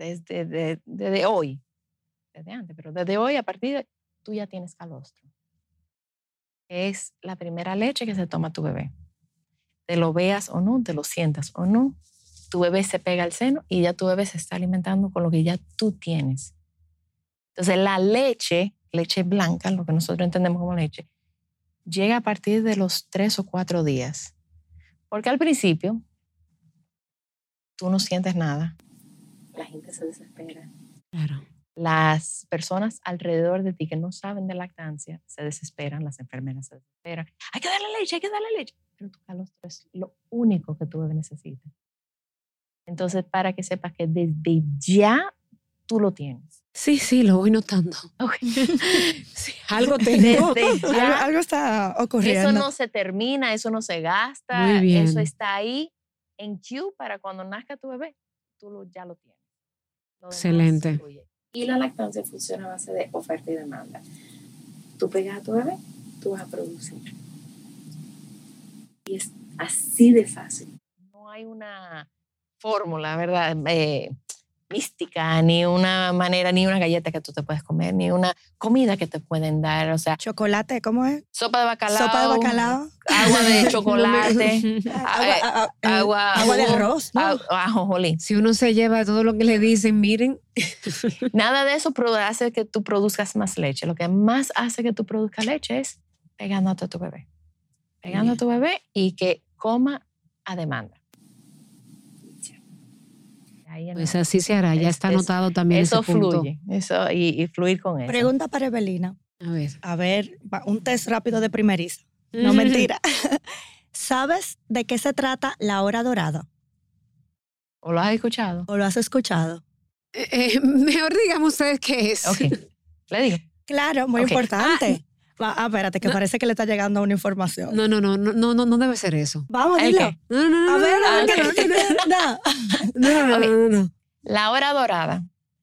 desde hoy, desde antes, pero desde hoy a partir de tú ya tienes calostro. es la primera leche que se toma tu bebé. Te lo veas o no, te lo sientas o no, tu bebé se pega al seno y ya tu bebé se está alimentando con lo que ya tú tienes. Entonces la leche blanca, lo que nosotros entendemos como leche, llega a partir de los 3 o 4 días. Porque al principio tú no sientes nada. La gente se desespera. Claro. Las personas alrededor de ti que no saben de lactancia se desesperan, las enfermeras se desesperan. Hay que darle leche. Pero tu calostro es lo único que tu bebé necesita. Entonces, para que sepas que desde ya tú lo tienes. Sí, lo voy notando. Okay. Sí, algo tengo. Desde ya, Algo está ocurriendo. eso no se termina, eso no se gasta. Muy bien. Eso está ahí en queue para cuando nazca tu bebé. Ya lo tienes. Lo demás Excelente. fluye. Y la lactancia funciona a base de oferta y demanda. Tú pegas a tu bebé, tú vas a producir. Y es así de fácil. No hay una fórmula, ¿verdad? Mística, ni una manera, ni una galleta que tú te puedes comer, ni una comida que te pueden dar. O sea, Chocolate, ¿cómo es? sopa de bacalao. Sopa de bacalao. Agua de chocolate. Agua de arroz, ¿no? Ajonjolí. Si uno se lleva todo lo que le dicen, miren. Nada de eso hace que tú produzcas más leche. Lo que más hace que tú produzcas leche es pegándote a tu bebé. Pegando a tu bebé y que coma a demanda. Pues así se hará, ya está anotado también eso ese punto. Fluye, eso y fluir con eso. Pregunta para Evelina. A ver. Un test rápido de primeriza. No, mentira. ¿Sabes de qué se trata la hora dorada? ¿O lo has escuchado? ¿O lo has escuchado? Mejor digamos ustedes qué es. Ok, le digo. Claro, muy importante. Espérate, que parece que le está llegando una información. No debe ser eso. Vamos, dilo. Okay. No. A ver, No. La hora dorada.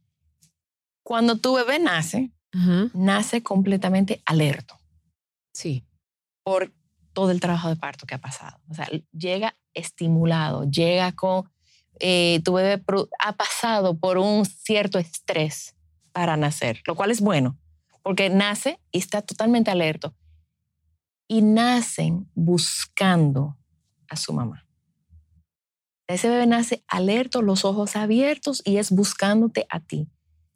Cuando tu bebé nace, Ajá. nace completamente alerto Sí. por todo el trabajo de parto que ha pasado. O sea, llega estimulado, llega con... tu bebé ha pasado por un cierto estrés para nacer, lo cual es bueno, porque nace y está totalmente alerto. Y nacen buscando a su mamá. Ese bebé nace alerto, los ojos abiertos y es buscándote a ti.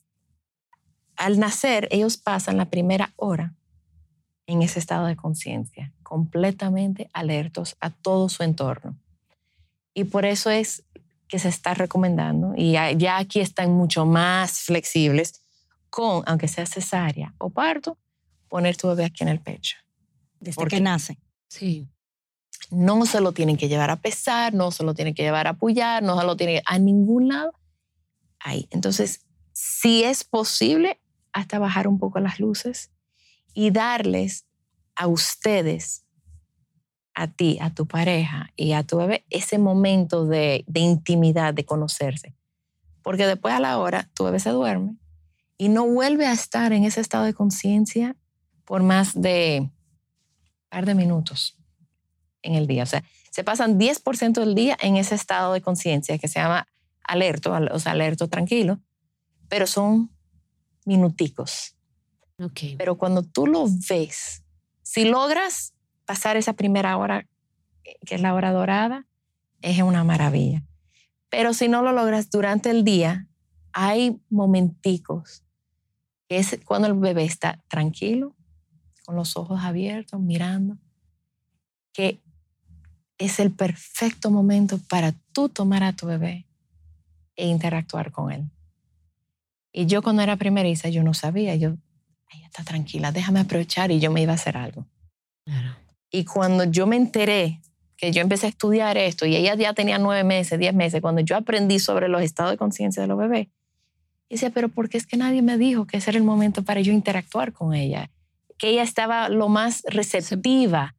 Al nacer, ellos pasan la primera hora en ese estado de conciencia, completamente alertos a todo su entorno. Y por eso es que se está recomendando, y ya aquí están mucho más flexibles, con, aunque sea cesárea o parto, poner tu bebé aquí en el pecho. Desde que nace. Sí. No se lo tienen que llevar a pesar, no se lo tienen que llevar a apoyar, no se lo tienen a ningún lado. Ahí. Entonces, si es posible, hasta bajar un poco las luces y darles a ustedes, a ti, a tu pareja y a tu bebé, ese momento de intimidad, de conocerse. Porque después a la hora, tu bebé se duerme y no vuelve a estar en ese estado de conciencia por más de un par de minutos en el día. O sea, se pasan 10% del día en ese estado de conciencia que se llama alerto, o sea, alerto tranquilo, pero son minuticos. Okay. Pero cuando tú lo ves, si logras pasar esa primera hora, que es la hora dorada, es una maravilla. Pero si no lo logras durante el día, hay momenticos que es cuando el bebé está tranquilo, con los ojos abiertos, mirando, que es el perfecto momento para tú tomar a tu bebé e interactuar con él. Y yo cuando era primeriza, yo no sabía, ella está tranquila, déjame aprovechar, y yo me iba a hacer algo. Claro. Y cuando yo me enteré que yo empecé a estudiar esto, y ella ya tenía 9 meses, 10 meses, cuando yo aprendí sobre los estados de conciencia de los bebés, y decía, pero ¿por qué es que nadie me dijo que ese era el momento para yo interactuar con ella? Que ella estaba lo más receptiva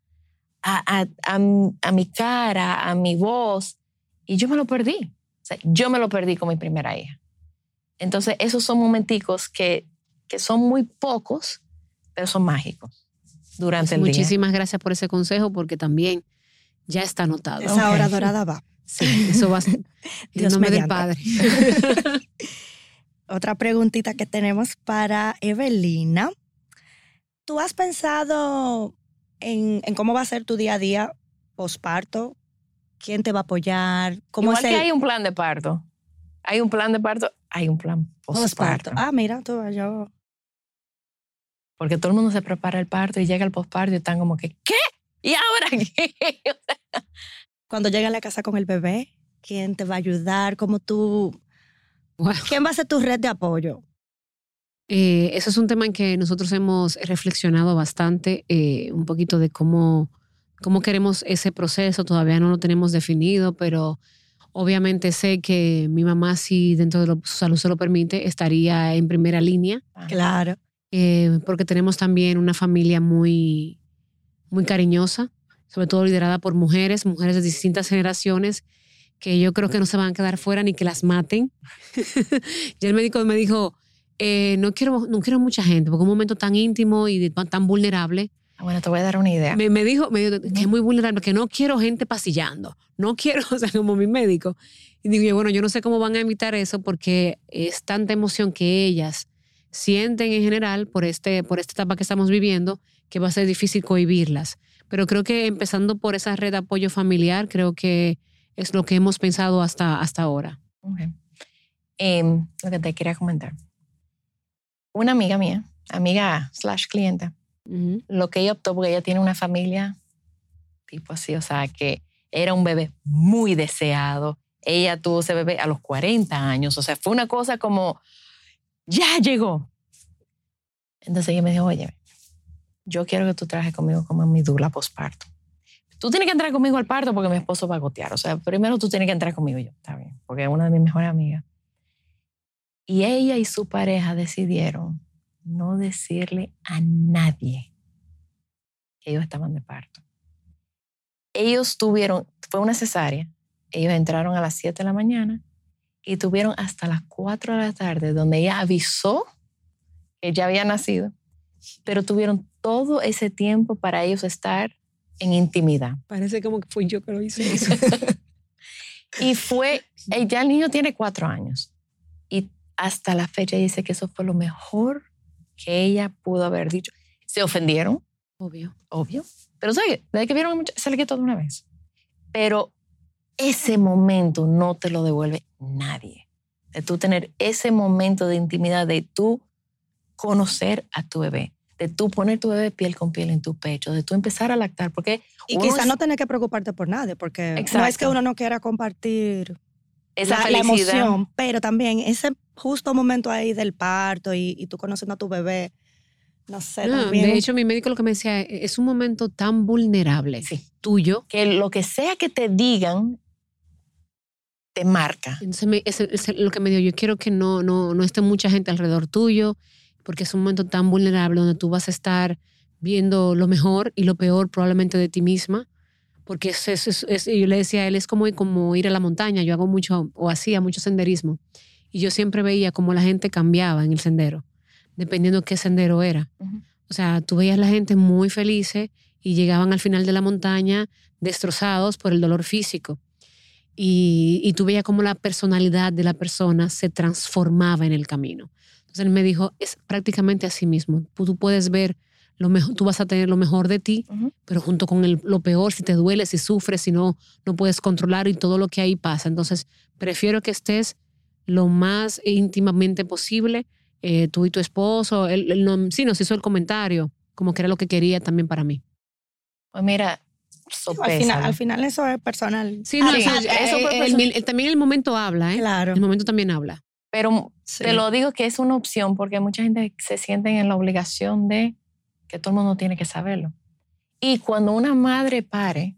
a mi cara, a mi voz, y yo me lo perdí. O sea, yo me lo perdí con mi primera hija. Entonces, esos son momenticos que son muy pocos, pero son mágicos durante el día. Muchísimas gracias por ese consejo, porque también ya está anotado. Esa hora dorada va. Sí, eso va en nombre del Padre. Otra preguntita que tenemos para Evelina. ¿Tú has pensado en cómo va a ser tu día a día posparto. ¿Quién te va a apoyar? ¿Cómo Igual es que hay un plan de parto. Hay un plan de parto, hay un plan posparto. Ah, mira, tú, yo... Porque todo el mundo se prepara el parto y llega el posparto y están como que, ¿qué? ¿Y ahora qué? Cuando llegue a la casa con el bebé, ¿quién te va a ayudar? ¿Cómo tú...? Wow. ¿Quién va a ser tu red de apoyo? Eso es un tema en que nosotros hemos reflexionado bastante, un poquito de cómo queremos ese proceso. Todavía no lo tenemos definido, pero obviamente sé que mi mamá, si dentro de su salud se lo permite, estaría en primera línea. Claro. Porque tenemos también una familia muy, muy cariñosa, sobre todo liderada por mujeres de distintas generaciones, que yo creo que no se van a quedar fuera ni que las maten. Ya el médico me dijo, no quiero mucha gente, porque es un momento tan íntimo y tan vulnerable. Bueno, te voy a dar una idea. Me dijo que es muy vulnerable, que no quiero gente pasillando, no quiero, o sea, como mi médico. Y digo yo, bueno, yo no sé cómo van a evitar eso, porque es tanta emoción que ellas sienten en general por esta etapa que estamos viviendo, que va a ser difícil cohibirlas. Pero creo que empezando por esa red de apoyo familiar, creo que es lo que hemos pensado hasta ahora. Okay. Lo que te quería comentar. Una amiga mía, amiga/clienta, lo que ella optó, porque ella tiene una familia tipo así, o sea, que era un bebé muy deseado. Ella tuvo ese bebé a los 40 años, o sea, fue una cosa como, ya llegó. Entonces ella me dijo, oye, yo quiero que tú trabajes conmigo como mi dula posparto. Tú tienes que entrar conmigo al parto porque mi esposo va a gotear. O sea, primero tú tienes que entrar conmigo. Yo, está bien, porque es una de mis mejores amigas. Y ella y su pareja decidieron no decirle a nadie que ellos estaban de parto. Ellos fue una cesárea, ellos entraron a las 7 de la mañana y tuvieron hasta las 4 de la tarde, donde ella avisó que ya había nacido, pero tuvieron todo ese tiempo para ellos estar en intimidad. Parece como que fui yo que lo hice eso. Y ya el niño tiene 4 años. Y hasta la fecha dice que eso fue lo mejor que ella pudo haber dicho. Se ofendieron. Obvio. Pero ¿sabes? Desde que vieron se le quitó de una vez. Pero ese momento no te lo devuelve nadie. De tú tener ese momento de intimidad, de tú conocer a tu bebé, de tú poner tu bebé piel con piel en tu pecho, de tú empezar a lactar, porque... Y quizás no tener que preocuparte por nadie, porque Exacto. no es que uno no quiera compartir esa la felicidad. emoción, pero también ese justo momento ahí del parto y tú conociendo a tu bebé, no sé, también... De hecho, mi médico lo que me decía, es un momento tan vulnerable, Sí. tuyo. Que lo que sea que te digan, te marca. Entonces, es lo que me dio, yo quiero que no esté mucha gente alrededor tuyo, porque es un momento tan vulnerable donde tú vas a estar viendo lo mejor y lo peor probablemente de ti misma, porque yo le decía a él, es como ir a la montaña. Yo hacía mucho senderismo y yo siempre veía cómo la gente cambiaba en el sendero, dependiendo qué sendero era. Uh-huh. O sea, tú veías la gente muy felices y llegaban al final de la montaña destrozados por el dolor físico. Y tú veías cómo la personalidad de la persona se transformaba en el camino. Entonces él me dijo, es prácticamente así mismo. Tú puedes ver lo mejor, tú vas a tener lo mejor de ti, Uh-huh. pero junto con lo peor, si te duele, si sufres, si no puedes controlar y todo lo que ahí pasa. Entonces prefiero que estés lo más íntimamente posible, tú y tu esposo. Él nos hizo el comentario, como que era lo que quería también para mí. Pues mira, al final eso es personal. Sí, no, Sí, eso también el momento habla, ¿eh? Claro. El momento también habla. Pero Sí. te lo digo que es una opción porque mucha gente se siente en la obligación de que todo el mundo tiene que saberlo. Y cuando una madre pare,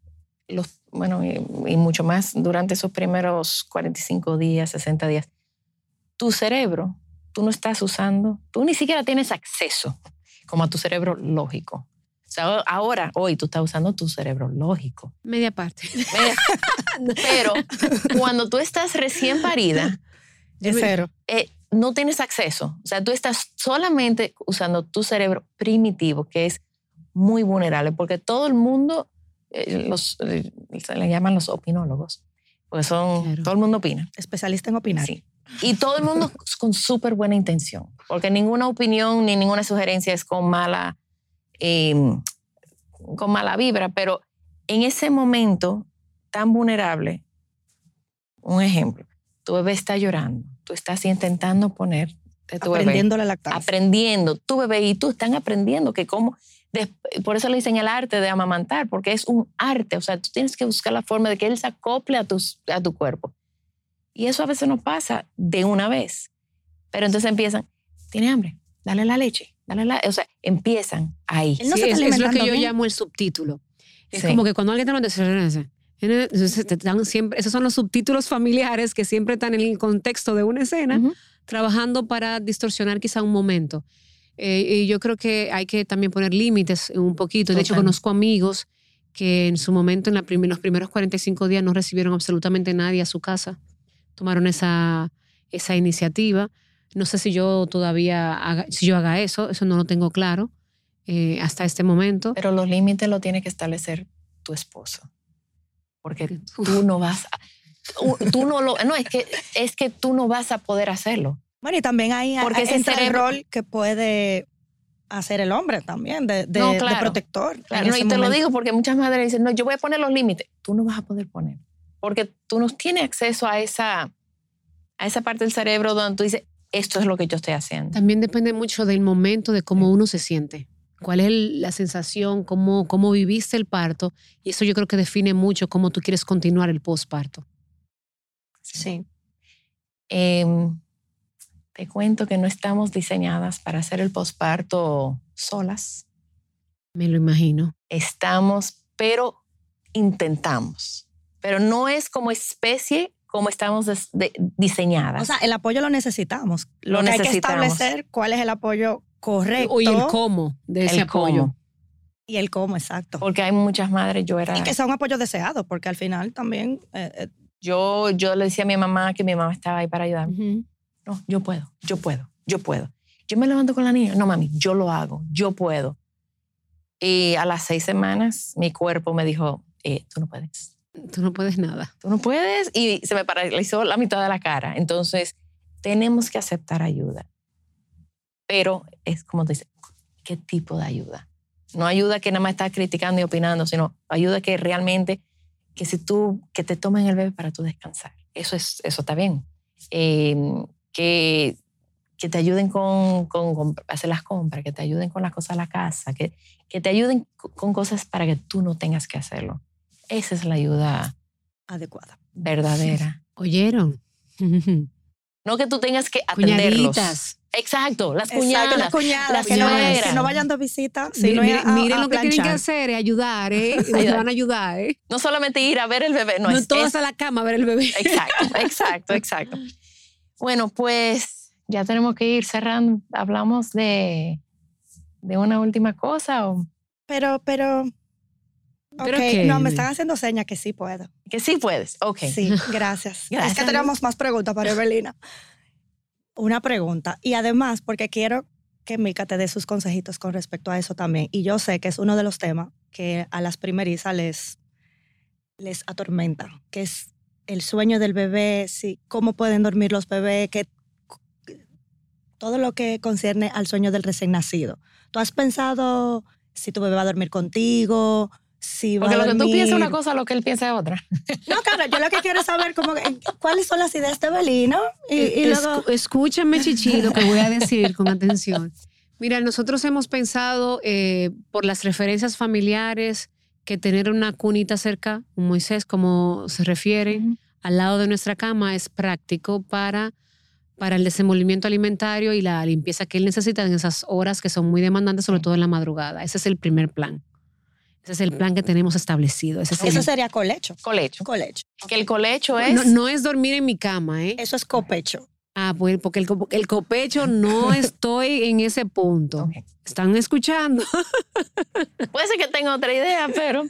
y mucho más durante esos primeros 45 días, 60 días, tu cerebro, tú no estás usando, tú ni siquiera tienes acceso como a tu cerebro lógico. O sea, hoy tú estás usando tu cerebro lógico. Media parte. Pero cuando tú estás recién parida, Es cero. no tienes acceso. O sea, tú estás solamente usando tu cerebro primitivo, que es muy vulnerable, porque todo el mundo, se le llaman los opinólogos, porque Claro. todo el mundo opina. Especialista en opinar. Sí. Y todo el mundo con súper buena intención, porque ninguna opinión ni ninguna sugerencia es con mala con mala vibra, pero en ese momento tan vulnerable, un ejemplo, tu bebé está llorando, tú estás intentando poner de tu aprendiendo bebé, la lactancia. aprendiendo, tu bebé y tú están aprendiendo que cómo, por eso le dicen el arte de amamantar, porque es un arte, o sea, tú tienes que buscar la forma de que él se acople a tu cuerpo. Y eso a veces no pasa de una vez, pero entonces empiezan, ¿tiene hambre? Dale la leche, o sea, empiezan ahí. Él no Sí, se está es lo que alimentando yo bien. llamo el subtítulo. Es Sí. como que cuando alguien te lo dice, entonces te dan siempre, esos son los subtítulos familiares que siempre están en el contexto de una escena, Ujú. trabajando para distorsionar quizá un momento. Y yo creo que hay que también poner límites un poquito. De hecho, Total. conozco amigos que en su momento, en los primeros 45 días, no recibieron absolutamente nadie a su casa. Tomaron esa iniciativa. No sé si yo todavía haga eso no lo tengo claro hasta este momento. Pero los límites los tiene que establecer tu esposo. Porque tú no vas a... es que tú no vas a poder hacerlo. Bueno, y también ahí Porque ese entra el cerebro- rol que puede hacer el hombre también, de protector. Claro, en no, ese y te lo momento. digo porque muchas madres dicen, no, yo voy a poner los límites. Tú no vas a poder poner. Porque tú no tienes acceso a esa parte del cerebro donde tú dices, esto es lo que yo estoy haciendo. También depende mucho del momento, de cómo uno se siente. ¿Cuál es la sensación? ¿Cómo viviste el parto? Y eso yo creo que define mucho cómo tú quieres continuar el posparto. Sí. Te cuento que no estamos diseñadas para hacer el posparto solas. Me lo imagino. Pero intentamos. Pero no es como especie como estamos diseñadas. O sea, el apoyo lo necesitamos. Lo que necesitamos. Hay que establecer cuál es el apoyo correcto. Y el cómo de ese El apoyo. cómo. Y el cómo, exacto. Porque hay muchas madres, Y que sea un apoyo deseado, porque al final también... Yo le decía a mi mamá que mi mamá estaba ahí para ayudar. Ujú. No, yo puedo. Yo me levanto con la niña. No, mami, yo lo hago, yo puedo. Y a las 6 semanas mi cuerpo me dijo, tú no puedes. Tú no puedes nada. Tú no puedes. Y se me paralizó la mitad de la cara. Entonces, tenemos que aceptar ayuda. Pero es como tú dices, ¿qué tipo de ayuda? No ayuda que nada más estás criticando y opinando, sino ayuda que realmente, que te tomen el bebé para tú descansar. Eso está bien. Que te ayuden con hacer las compras, que te ayuden con las cosas de la casa, que te ayuden con cosas para que tú no tengas que hacerlo. Esa es la ayuda adecuada. verdadera. ¿Oyeron? No que tú tengas que atenderlos. Cuñaditas. Exacto, las Exacto, cuñadas, las cuñadas, las que no, suegras. que no vayan de visita, Miren, sino miren a lo que tienen que planchar. hacer es ayudar, ¿eh? Nos van a ayudar, ¿eh? No solamente ir a ver el bebé, No todas a la cama a ver el bebé. Exacto. Bueno, pues ya tenemos que ir cerrando. ¿Hablamos de una última cosa? Pero ¿Pero ok, qué? no, me están haciendo señas que sí puedo. Que sí puedes. Ok. Sí, gracias. Gracias. Es que tenemos más preguntas para Evelina. Una pregunta. Y además, porque quiero que Milka te dé sus consejitos con respecto a eso también. Y yo sé que es uno de los temas que a las primerizas les atormenta, que es el sueño del bebé, sí, cómo pueden dormir los bebés, todo lo que concierne al sueño del recién nacido. ¿Tú has pensado si tu bebé va a dormir contigo? Si va Porque a lo que tú dormir... piensas es una cosa, lo que él piensa es otra. No, claro, yo lo que quiero es saber cuáles son las ideas de Evelina y luego... Escúchame, Chichi, lo que voy a decir con atención. Mira, nosotros hemos pensado por las referencias familiares que tener una cunita cerca, un Moisés, como se refiere, al lado de nuestra cama es práctico para el desenvolvimiento alimentario y la limpieza que él necesita en esas horas que son muy demandantes, sobre todo en la madrugada. Ese es el primer plan. Ese es el plan que tenemos establecido. Ese es Eso sería colecho. Colecho. Colecho. Que el colecho es... no es dormir en mi cama, ¿eh? Eso es copecho. Ah, pues porque el copecho no estoy en ese punto. Ok. ¿Están escuchando? Puede ser que tenga otra idea,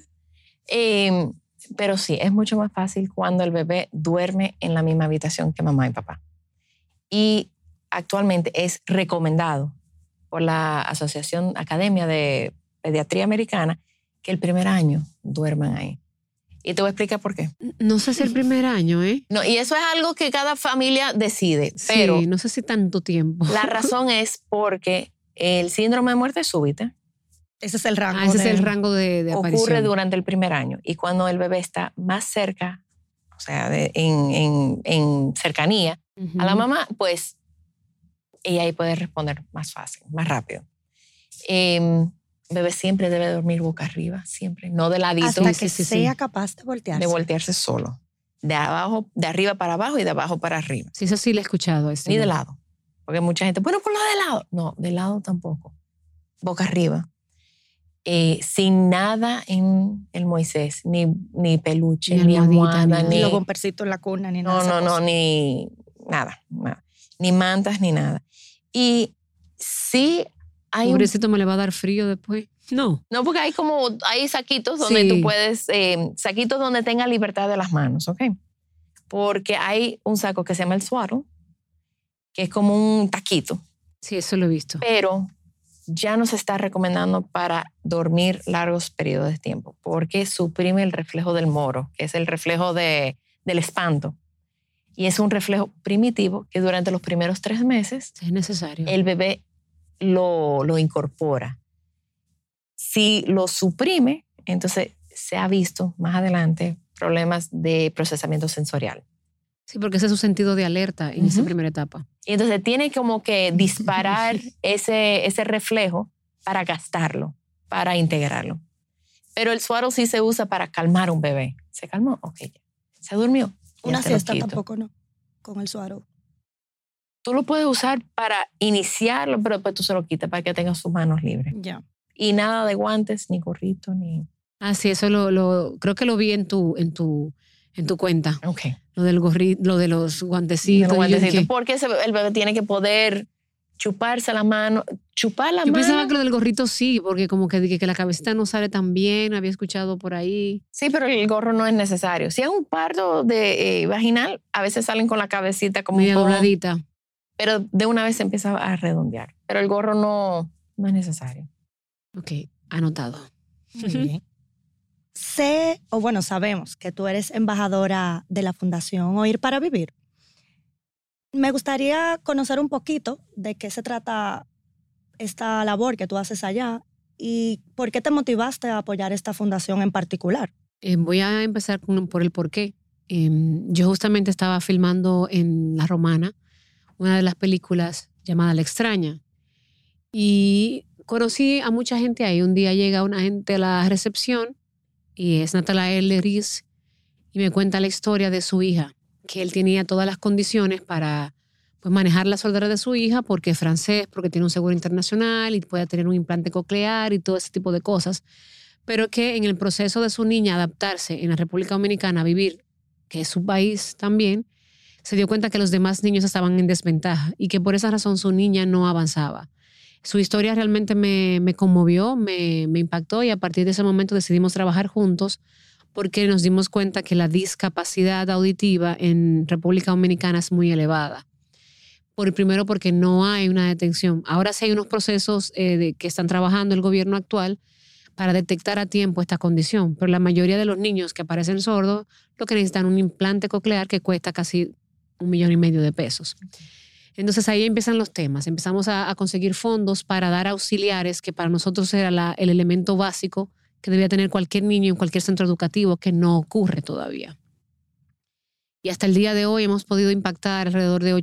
pero sí, es mucho más fácil cuando el bebé duerme en la misma habitación que mamá y papá. Y actualmente es recomendado por la Asociación Academia de Pediatría Americana que el primer año duerman ahí. Y te voy a explicar por qué. No sé si el primer año, ¿eh? No, y eso es algo que cada familia decide, pero Sí, no sé si tanto tiempo. la razón es porque el síndrome de muerte súbita Ese es el rango. Ese es el rango de aparición. Ocurre durante el primer año. Y cuando el bebé está más cerca, o sea, en cercanía a la mamá, pues ella ahí puede responder más fácil, más rápido. El bebé siempre debe dormir boca arriba, siempre, no de ladito. Hasta que sea capaz de voltearse. De voltearse solo. De arriba para abajo y de abajo para arriba. Sí, eso sí lo he escuchado. Ni de lado. Porque mucha gente, bueno, ponlo de lado. No, de lado tampoco. Boca arriba. Sin nada en el Moisés, ni peluche, ni almohada, ni los bompercitos en la cuna, ni nada. No, ni nada. Ni mantas, ni nada. Y sí hay pobrecito, me le va a dar frío después. No, porque hay saquitos donde tú puedes, saquitos donde tenga libertad de las manos, ¿ok? Porque hay un saco que se llama el swaddle, que es como un taquito. Sí, eso lo he visto. Pero ya no se está recomendando para dormir largos periodos de tiempo, porque suprime el reflejo del moro, que es el reflejo del espanto. Y es un reflejo primitivo que durante los primeros 3 meses es necesario. El bebé lo incorpora. Si lo suprime, entonces se ha visto más adelante problemas de procesamiento sensorial. Sí, porque ese es su sentido de alerta en esa primera etapa. Y entonces tiene como que disparar ese reflejo para gastarlo, para integrarlo. Pero el swaddle sí se usa para calmar a un bebé. ¿Se calmó? Ok, ya. ¿Se durmió? Una siesta tampoco, ¿no? Con el swaddle. Tú lo puedes usar para iniciarlo, pero después tú se lo quitas para que tenga sus manos libres. Ya. Y nada de guantes, ni gorrito, ni... Ah, sí, eso creo que lo vi en tu cuenta. Okay. Lo del gorrito, lo de los guantecitos. Porque el bebé tiene que poder chuparse la mano, chupar la mano. Yo pensaba que lo del gorrito sí, porque como que la cabecita no sale tan bien, había escuchado por ahí. Sí, pero el gorro no es necesario. Si es un parto vaginal, a veces salen con la cabecita como media dobladita. Pero de una vez se empieza a redondear. Pero el gorro no es necesario. Ok, anotado. Muy bien. Sabemos que tú eres embajadora de la Fundación Oír para Vivir. Me gustaría conocer un poquito de qué se trata esta labor que tú haces allá y por qué te motivaste a apoyar esta fundación en particular. Voy a empezar por el por qué. Yo justamente estaba filmando en La Romana una de las películas llamada La Extraña y conocí a mucha gente ahí. Un día llega una gente a la recepción y es Natanael Leris y me cuenta la historia de su hija, que él tenía todas las condiciones para manejar la soldadura de su hija porque es francés, porque tiene un seguro internacional y puede tener un implante coclear y todo ese tipo de cosas, pero que en el proceso de su niña adaptarse en la República Dominicana a vivir, que es su país también, se dio cuenta que los demás niños estaban en desventaja y que por esa razón su niña no avanzaba. Su historia realmente me conmovió, me impactó y a partir de ese momento decidimos trabajar juntos porque nos dimos cuenta que la discapacidad auditiva en República Dominicana es muy elevada. Primero porque no hay una detención. Ahora sí hay unos procesos que están trabajando el gobierno actual para detectar a tiempo esta condición, pero la mayoría de los niños que aparecen sordos lo que necesitan es un implante coclear que cuesta casi $1.5 million de pesos. Entonces ahí empiezan los temas. Empezamos a conseguir fondos para dar auxiliares, que para nosotros era el elemento básico que debía tener cualquier niño en cualquier centro educativo, que no ocurre todavía. Y hasta el día de hoy hemos podido impactar alrededor de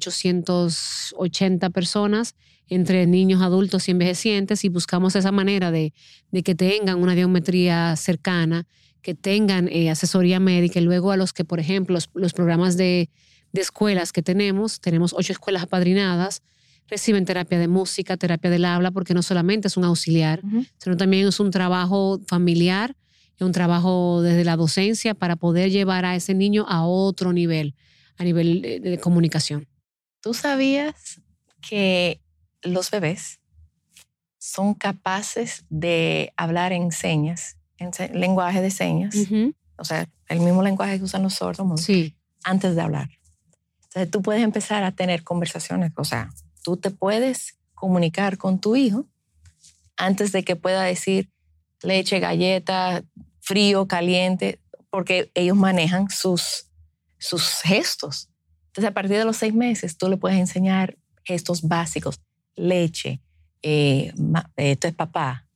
880 personas, entre niños, adultos y envejecientes, y buscamos esa manera de que tengan una audiometría cercana, que tengan asesoría médica, y luego a los que, por ejemplo, los programas de escuelas que tenemos 8 escuelas apadrinadas, reciben terapia de música, terapia del habla, porque no solamente es un auxiliar, sino también es un trabajo familiar, es un trabajo desde la docencia para poder llevar a ese niño a otro nivel, a nivel de comunicación. ¿Tú sabías que los bebés son capaces de hablar en señas, en lenguaje de señas? O sea, el mismo lenguaje que usan los sordos, sí, antes de hablar. Entonces tú puedes empezar a tener conversaciones, o sea, tú te puedes comunicar con tu hijo antes de que pueda decir leche, galleta, frío, caliente, porque ellos manejan sus gestos. Entonces, a partir de los 6 meses, tú le puedes enseñar gestos básicos. Leche, esto es papá,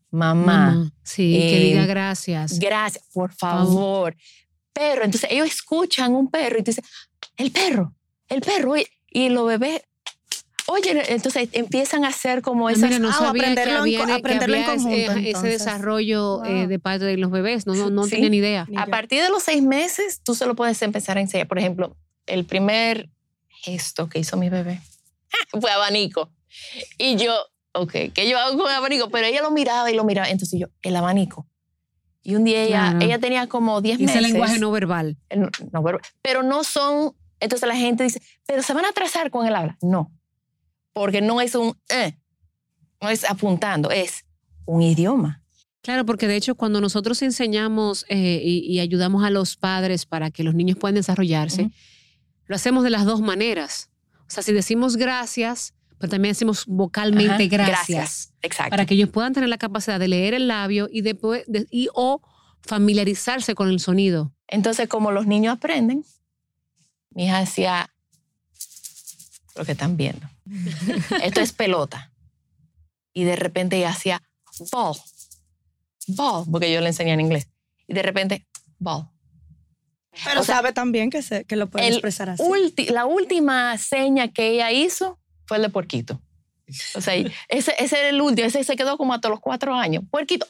mamá. Sí, que diga gracias. Gracias, por favor. Perro, entonces ellos escuchan un perro y te dicen, el perro, y los bebés, oye, entonces empiezan a hacer como esas... Mira, no sabía aprenderlo en conjunto. Ese desarrollo de parte de los bebés, no Sí. tenía ni idea. A partir de los 6 meses, tú se lo puedes empezar a enseñar. Por ejemplo, el primer gesto que hizo mi bebé fue abanico. Y yo, ¿qué yo hago con el abanico? Pero ella lo miraba. Entonces yo, el abanico. Y un día ella tenía como 10 meses. Ese lenguaje no verbal. No verbal. Pero no son... Entonces la gente dice, pero se van a atrasar con el habla. No. Porque no es no es apuntando, es un idioma. Claro, porque de hecho cuando nosotros enseñamos y ayudamos a los padres para que los niños puedan desarrollarse, lo hacemos de las dos maneras. O sea, si decimos gracias, pero también decimos vocalmente gracias. Exacto. Para que ellos puedan tener la capacidad de leer el labio y después o familiarizarse con el sonido. Entonces, como los niños aprenden, mi hija hacía lo que están viendo. Esto es pelota. Y de repente ella hacía ball, porque yo le enseñé en inglés. Y de repente, ball. Pero sabe también que lo puede expresar así. La última seña que ella hizo fue el de puerquito. O sea, ese era el último. Ese se quedó como hasta los 4 años. Puerquito.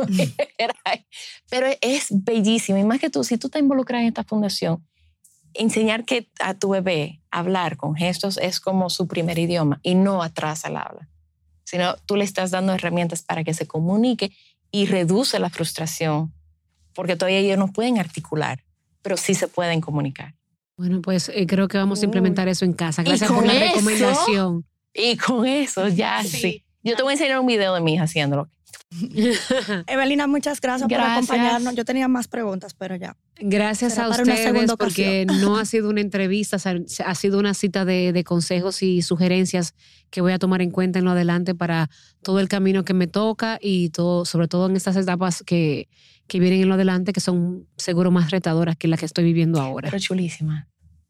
Pero es bellísimo. Y más que tú, si tú te involucras en esta fundación, enseñar que a tu bebé hablar con gestos es como su primer idioma y no atrasa el habla, sino tú le estás dando herramientas para que se comunique y reduce la frustración, porque todavía ellos no pueden articular, pero sí se pueden comunicar. Bueno, pues creo que vamos a implementar eso en casa. Gracias por la recomendación. Y con eso ya sí. Yo te voy a enseñar un video de mi hija haciéndolo. Evelina, muchas gracias por acompañarnos. Yo tenía más preguntas, pero ya. Gracias a ustedes porque no ha sido una entrevista, ha sido una cita de consejos y sugerencias que voy a tomar en cuenta en lo adelante para todo el camino que me toca y todo, sobre todo en estas etapas que vienen en lo adelante, que son seguro más retadoras que las que estoy viviendo ahora. Pero chulísimas.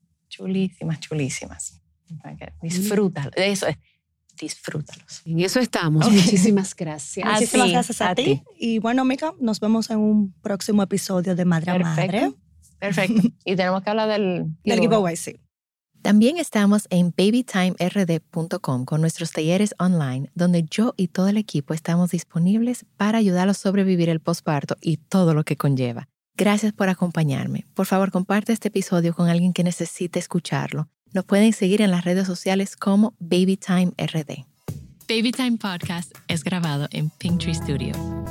Disfrútalo. Eso es. Disfrútalos. En eso estamos. Muchísimas gracias. Muchísimas gracias a ti. Y bueno, Mica, nos vemos en un próximo episodio de Madre a Madre. Perfecto. Y tenemos que hablar del giveaway, sí. También estamos en babytimerd.com con nuestros talleres online, donde yo y todo el equipo estamos disponibles para ayudarlos a sobrevivir el posparto y todo lo que conlleva. Gracias por acompañarme. Por favor, comparte este episodio con alguien que necesite escucharlo. Nos pueden seguir en las redes sociales como BabyTimeRD. Babytime Podcast es grabado en Pinktree Studio.